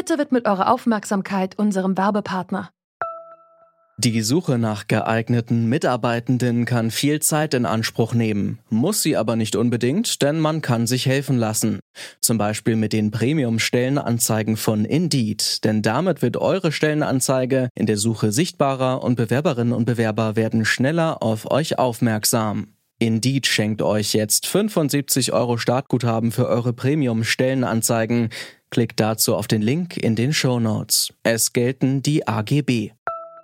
Bitte widmet eure Aufmerksamkeit unserem Werbepartner. Die Suche nach geeigneten Mitarbeitenden kann viel Zeit in Anspruch nehmen, muss sie aber nicht unbedingt, denn man kann sich helfen lassen. Zum Beispiel mit den Premium-Stellenanzeigen von Indeed, denn damit wird eure Stellenanzeige in der Suche sichtbarer und Bewerberinnen und Bewerber werden schneller auf euch aufmerksam. Indeed schenkt euch jetzt 75 € Startguthaben für eure Premium-Stellenanzeigen. Klickt dazu auf den Link in den Shownotes. Es gelten die AGB.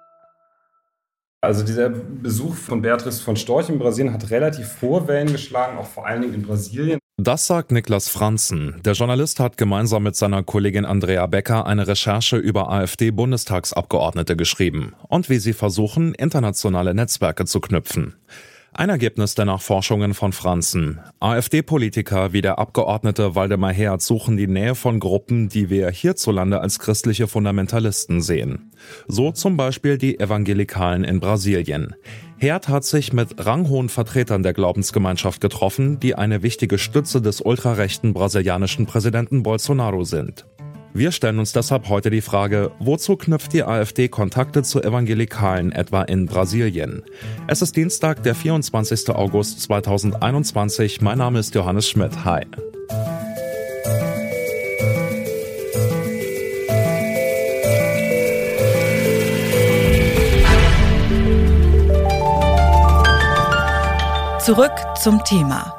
Also dieser Besuch von Beatrice von Storch in Brasilien hat relativ hohe Wellen geschlagen, auch vor allen Dingen in Brasilien. Das sagt Niklas Franzen. Der Journalist hat gemeinsam mit seiner Kollegin Andrea Becker eine Recherche über AfD-Bundestagsabgeordnete geschrieben und wie sie versuchen, internationale Netzwerke zu knüpfen. Ein Ergebnis der Nachforschungen von Franzen. AfD-Politiker wie der Abgeordnete Waldemar Herth suchen die Nähe von Gruppen, die wir hierzulande als christliche Fundamentalisten sehen. So zum Beispiel die Evangelikalen in Brasilien. Herth hat sich mit ranghohen Vertretern der Glaubensgemeinschaft getroffen, die eine wichtige Stütze des ultrarechten brasilianischen Präsidenten Bolsonaro sind. Wir stellen uns deshalb heute die Frage, wozu knüpft die AfD Kontakte zu Evangelikalen, etwa in Brasilien? Es ist Dienstag, der 24. August 2021. Mein Name ist Johannes Schmidt. Hi. Zurück zum Thema.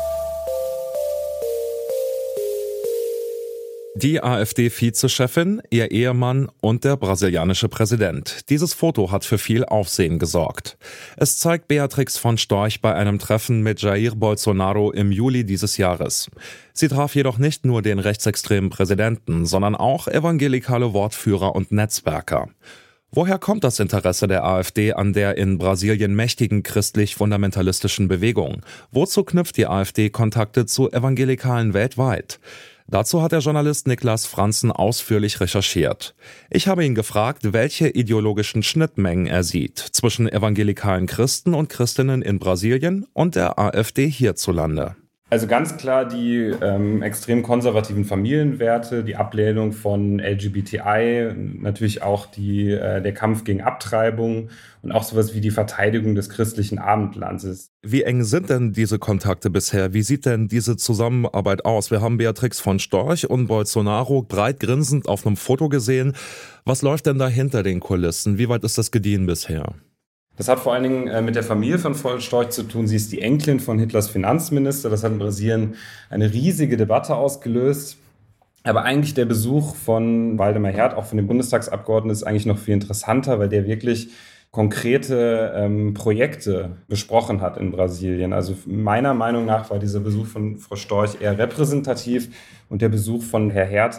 Die AfD-Vizechefin, ihr Ehemann und der brasilianische Präsident. Dieses Foto hat für viel Aufsehen gesorgt. Es zeigt Beatrix von Storch bei einem Treffen mit Jair Bolsonaro im Juli dieses Jahres. Sie traf jedoch nicht nur den rechtsextremen Präsidenten, sondern auch evangelikale Wortführer und Netzwerker. Woher kommt das Interesse der AfD an der in Brasilien mächtigen christlich-fundamentalistischen Bewegung? Wozu knüpft die AfD Kontakte zu Evangelikalen weltweit? Dazu hat der Journalist Niklas Franzen ausführlich recherchiert. Ich habe ihn gefragt, welche ideologischen Schnittmengen er sieht zwischen evangelikalen Christen und Christinnen in Brasilien und der AfD hierzulande. Also ganz klar die extrem konservativen Familienwerte, die Ablehnung von LGBTI, natürlich auch der Kampf gegen Abtreibung und auch sowas wie die Verteidigung des christlichen Abendlandes. Wie eng sind denn diese Kontakte bisher? Wie sieht denn diese Zusammenarbeit aus? Wir haben Beatrix von Storch und Bolsonaro breit grinsend auf einem Foto gesehen. Was läuft denn da hinter den Kulissen? Wie weit ist das gediehen bisher? Das hat vor allen Dingen mit der Familie von Storch zu tun. Sie ist die Enkelin von Hitlers Finanzminister. Das hat in Brasilien eine riesige Debatte ausgelöst. Aber eigentlich der Besuch von Waldemar Herth, auch von dem Bundestagsabgeordneten, ist eigentlich noch viel interessanter, weil der wirklich konkrete Projekte besprochen hat in Brasilien. Also meiner Meinung nach war dieser Besuch von Frau Storch eher repräsentativ und der Besuch von Herr Herth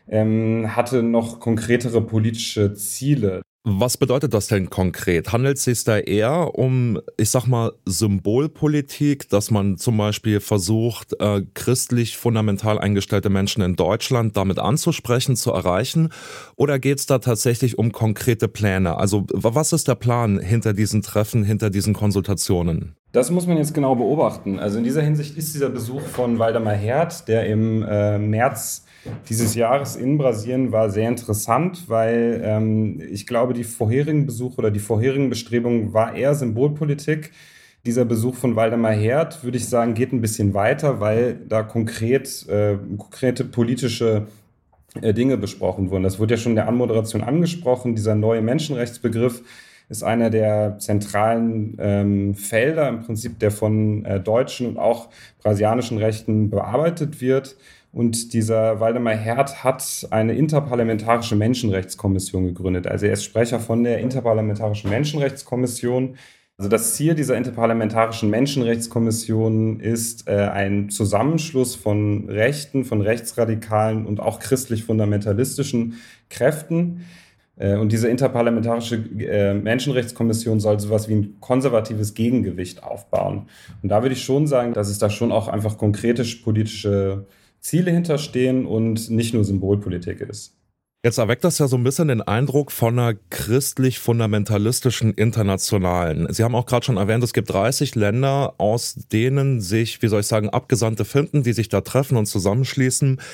hatte noch konkretere politische Ziele. Was bedeutet das denn konkret? Handelt es sich da eher um, ich sag mal, Symbolpolitik, dass man zum Beispiel versucht, christlich fundamental eingestellte Menschen in Deutschland damit anzusprechen, zu erreichen? Oder geht es da tatsächlich um konkrete Pläne? Also was ist der Plan hinter diesen Treffen, hinter diesen Konsultationen? Das muss man jetzt genau beobachten. Also in dieser Hinsicht ist dieser Besuch von Waldemar Herth, der im März dieses Jahres in Brasilien war, sehr interessant, weil ich glaube, die vorherigen Besuche oder die vorherigen Bestrebungen war eher Symbolpolitik. Dieser Besuch von Waldemar Herth, würde ich sagen, geht ein bisschen weiter, weil da konkrete politische Dinge besprochen wurden. Das wurde ja schon in der Anmoderation angesprochen. Dieser neue Menschenrechtsbegriff ist einer der zentralen Felder im Prinzip, der von deutschen und auch brasilianischen Rechten bearbeitet wird. Und dieser Waldemar Herth hat eine interparlamentarische Menschenrechtskommission gegründet. Also er ist Sprecher von der Interparlamentarischen Menschenrechtskommission. Also das Ziel dieser Interparlamentarischen Menschenrechtskommission ist ein Zusammenschluss von Rechten, von rechtsradikalen und auch christlich-fundamentalistischen Kräften. Und diese Interparlamentarische Menschenrechtskommission soll sowas wie ein konservatives Gegengewicht aufbauen. Und da würde ich schon sagen, dass es da schon auch einfach konkrete politische Ziele hinterstehen und nicht nur Symbolpolitik ist. Jetzt erweckt das ja so ein bisschen den Eindruck von einer christlich-fundamentalistischen Internationalen. Sie haben auch gerade schon erwähnt, es gibt 30 Länder, aus denen sich, Abgesandte finden, die sich da treffen und zusammenschließen.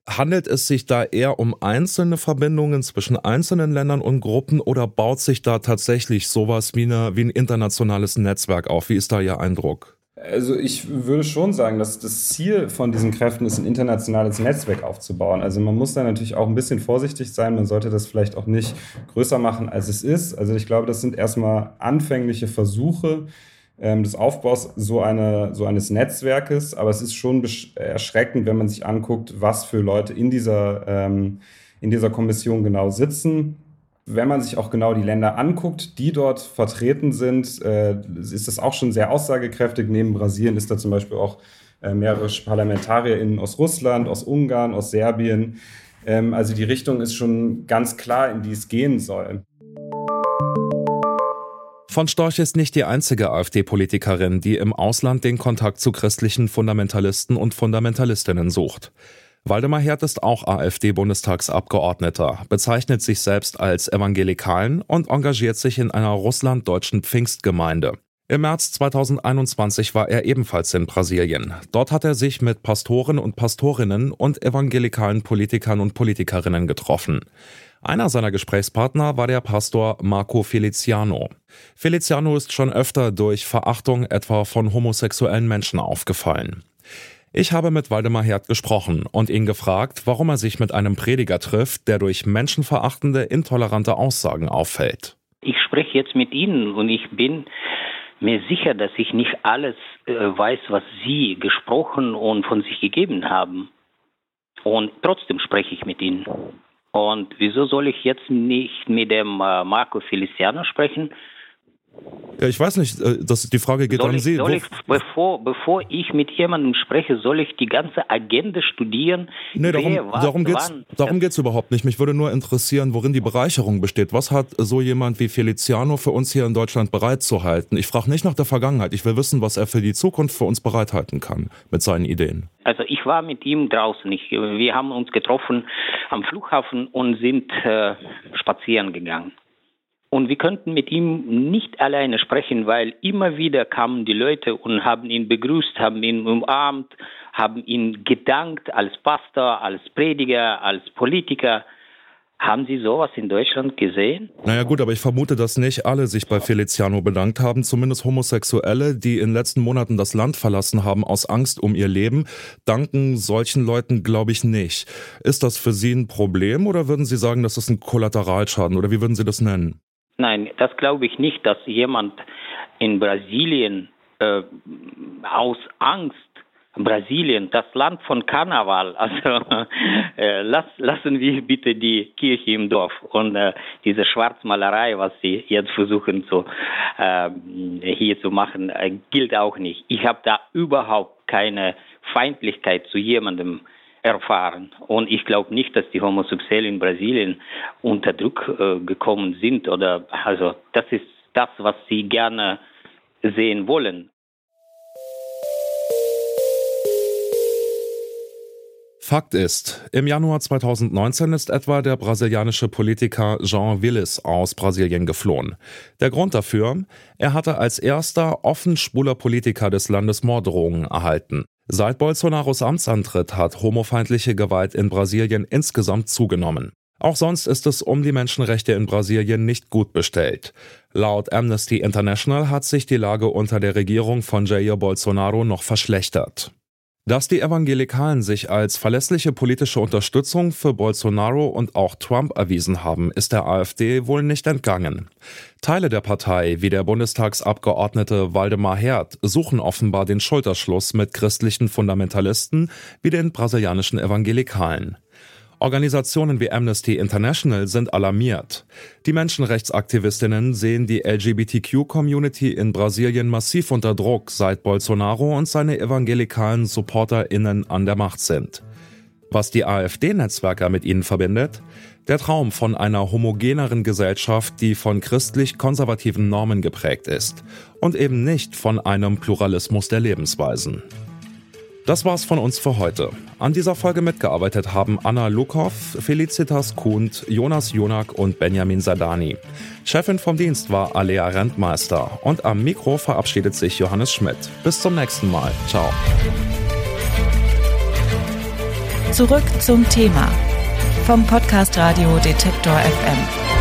Handelt es sich da eher um einzelne Verbindungen zwischen einzelnen Ländern und Gruppen oder baut sich da tatsächlich sowas wie ein internationales Netzwerk auf? Wie ist da Ihr Eindruck? Also ich würde schon sagen, dass das Ziel von diesen Kräften ist, ein internationales Netzwerk aufzubauen. Also man muss da natürlich auch ein bisschen vorsichtig sein. Man sollte das vielleicht auch nicht größer machen, als es ist. Also ich glaube, das sind erstmal anfängliche Versuche des Aufbaus so eines Netzwerkes. Aber es ist schon erschreckend, wenn man sich anguckt, was für Leute in dieser Kommission genau sitzen. Wenn man sich auch genau die Länder anguckt, die dort vertreten sind, ist das auch schon sehr aussagekräftig. Neben Brasilien ist da zum Beispiel auch mehrere ParlamentarierInnen aus Russland, aus Ungarn, aus Serbien. Also die Richtung ist schon ganz klar, in die es gehen soll. Von Storch ist nicht die einzige AfD-Politikerin, die im Ausland den Kontakt zu christlichen Fundamentalisten und Fundamentalistinnen sucht. Waldemar Herd ist auch AfD-Bundestagsabgeordneter, bezeichnet sich selbst als Evangelikalen und engagiert sich in einer russlanddeutschen Pfingstgemeinde. Im März 2021 war er ebenfalls in Brasilien. Dort hat er sich mit Pastoren und Pastorinnen und evangelikalen Politikern und Politikerinnen getroffen. Einer seiner Gesprächspartner war der Pastor Marco Feliciano. Feliciano ist schon öfter durch Verachtung etwa von homosexuellen Menschen aufgefallen. Ich habe mit Waldemar Herd gesprochen und ihn gefragt, warum er sich mit einem Prediger trifft, der durch menschenverachtende, intolerante Aussagen auffällt. Ich spreche jetzt mit Ihnen und ich bin mir sicher, dass ich nicht alles weiß, was Sie gesprochen und von sich gegeben haben. Und trotzdem spreche ich mit Ihnen. Und wieso soll ich jetzt nicht mit dem Marco Feliciano sprechen? Ja, ich weiß nicht, die Frage geht an Sie. Bevor ich mit jemandem spreche, soll ich die ganze Agenda studieren? Nee, darum geht's überhaupt nicht. Mich würde nur interessieren, worin die Bereicherung besteht. Was hat so jemand wie Feliciano für uns hier in Deutschland bereitzuhalten? Ich frage nicht nach der Vergangenheit. Ich will wissen, was er für die Zukunft für uns bereithalten kann mit seinen Ideen. Also ich war mit ihm draußen. Wir haben uns getroffen am Flughafen und sind spazieren gegangen. Und wir könnten mit ihm nicht alleine sprechen, weil immer wieder kamen die Leute und haben ihn begrüßt, haben ihn umarmt, haben ihn gedankt als Pastor, als Prediger, als Politiker. Haben Sie sowas in Deutschland gesehen? Naja gut, aber ich vermute, dass nicht alle sich bei Feliciano bedankt haben. Zumindest Homosexuelle, die in den letzten Monaten das Land verlassen haben aus Angst um ihr Leben, danken solchen Leuten, glaube ich, nicht. Ist das für Sie ein Problem oder würden Sie sagen, das ist ein Kollateralschaden oder wie würden Sie das nennen? Nein, das glaube ich nicht, dass jemand in Brasilien aus Angst, Brasilien, das Land von Karneval, also lassen wir bitte die Kirche im Dorf und diese Schwarzmalerei, was sie jetzt versuchen hier zu machen, gilt auch nicht. Ich habe da überhaupt keine Feindlichkeit zu jemandem erfahren. Und ich glaube nicht, dass die Homosexuellen in Brasilien unter Druck gekommen sind also das ist das, was sie gerne sehen wollen. Fakt ist, im Januar 2019 ist etwa der brasilianische Politiker Jean Willis aus Brasilien geflohen. Der Grund dafür? Er hatte als erster offen schwuler Politiker des Landes Morddrohungen erhalten. Seit Bolsonaros Amtsantritt hat homofeindliche Gewalt in Brasilien insgesamt zugenommen. Auch sonst ist es um die Menschenrechte in Brasilien nicht gut bestellt. Laut Amnesty International hat sich die Lage unter der Regierung von Jair Bolsonaro noch verschlechtert. Dass die Evangelikalen sich als verlässliche politische Unterstützung für Bolsonaro und auch Trump erwiesen haben, ist der AfD wohl nicht entgangen. Teile der Partei, wie der Bundestagsabgeordnete Waldemar Herd, suchen offenbar den Schulterschluss mit christlichen Fundamentalisten wie den brasilianischen Evangelikalen. Organisationen wie Amnesty International sind alarmiert. Die Menschenrechtsaktivistinnen sehen die LGBTQ-Community in Brasilien massiv unter Druck, seit Bolsonaro und seine evangelikalen SupporterInnen an der Macht sind. Was die AfD-Netzwerker mit ihnen verbindet? Der Traum von einer homogeneren Gesellschaft, die von christlich-konservativen Normen geprägt ist und eben nicht von einem Pluralismus der Lebensweisen. Das war's von uns für heute. An dieser Folge mitgearbeitet haben Anna Lukow, Felicitas Kuhnt, Jonas Jonak und Benjamin Sadani. Chefin vom Dienst war Alea Rentmeister und am Mikro verabschiedet sich Johannes Schmidt. Bis zum nächsten Mal. Ciao. Zurück zum Thema vom Podcast Radio Detektor FM.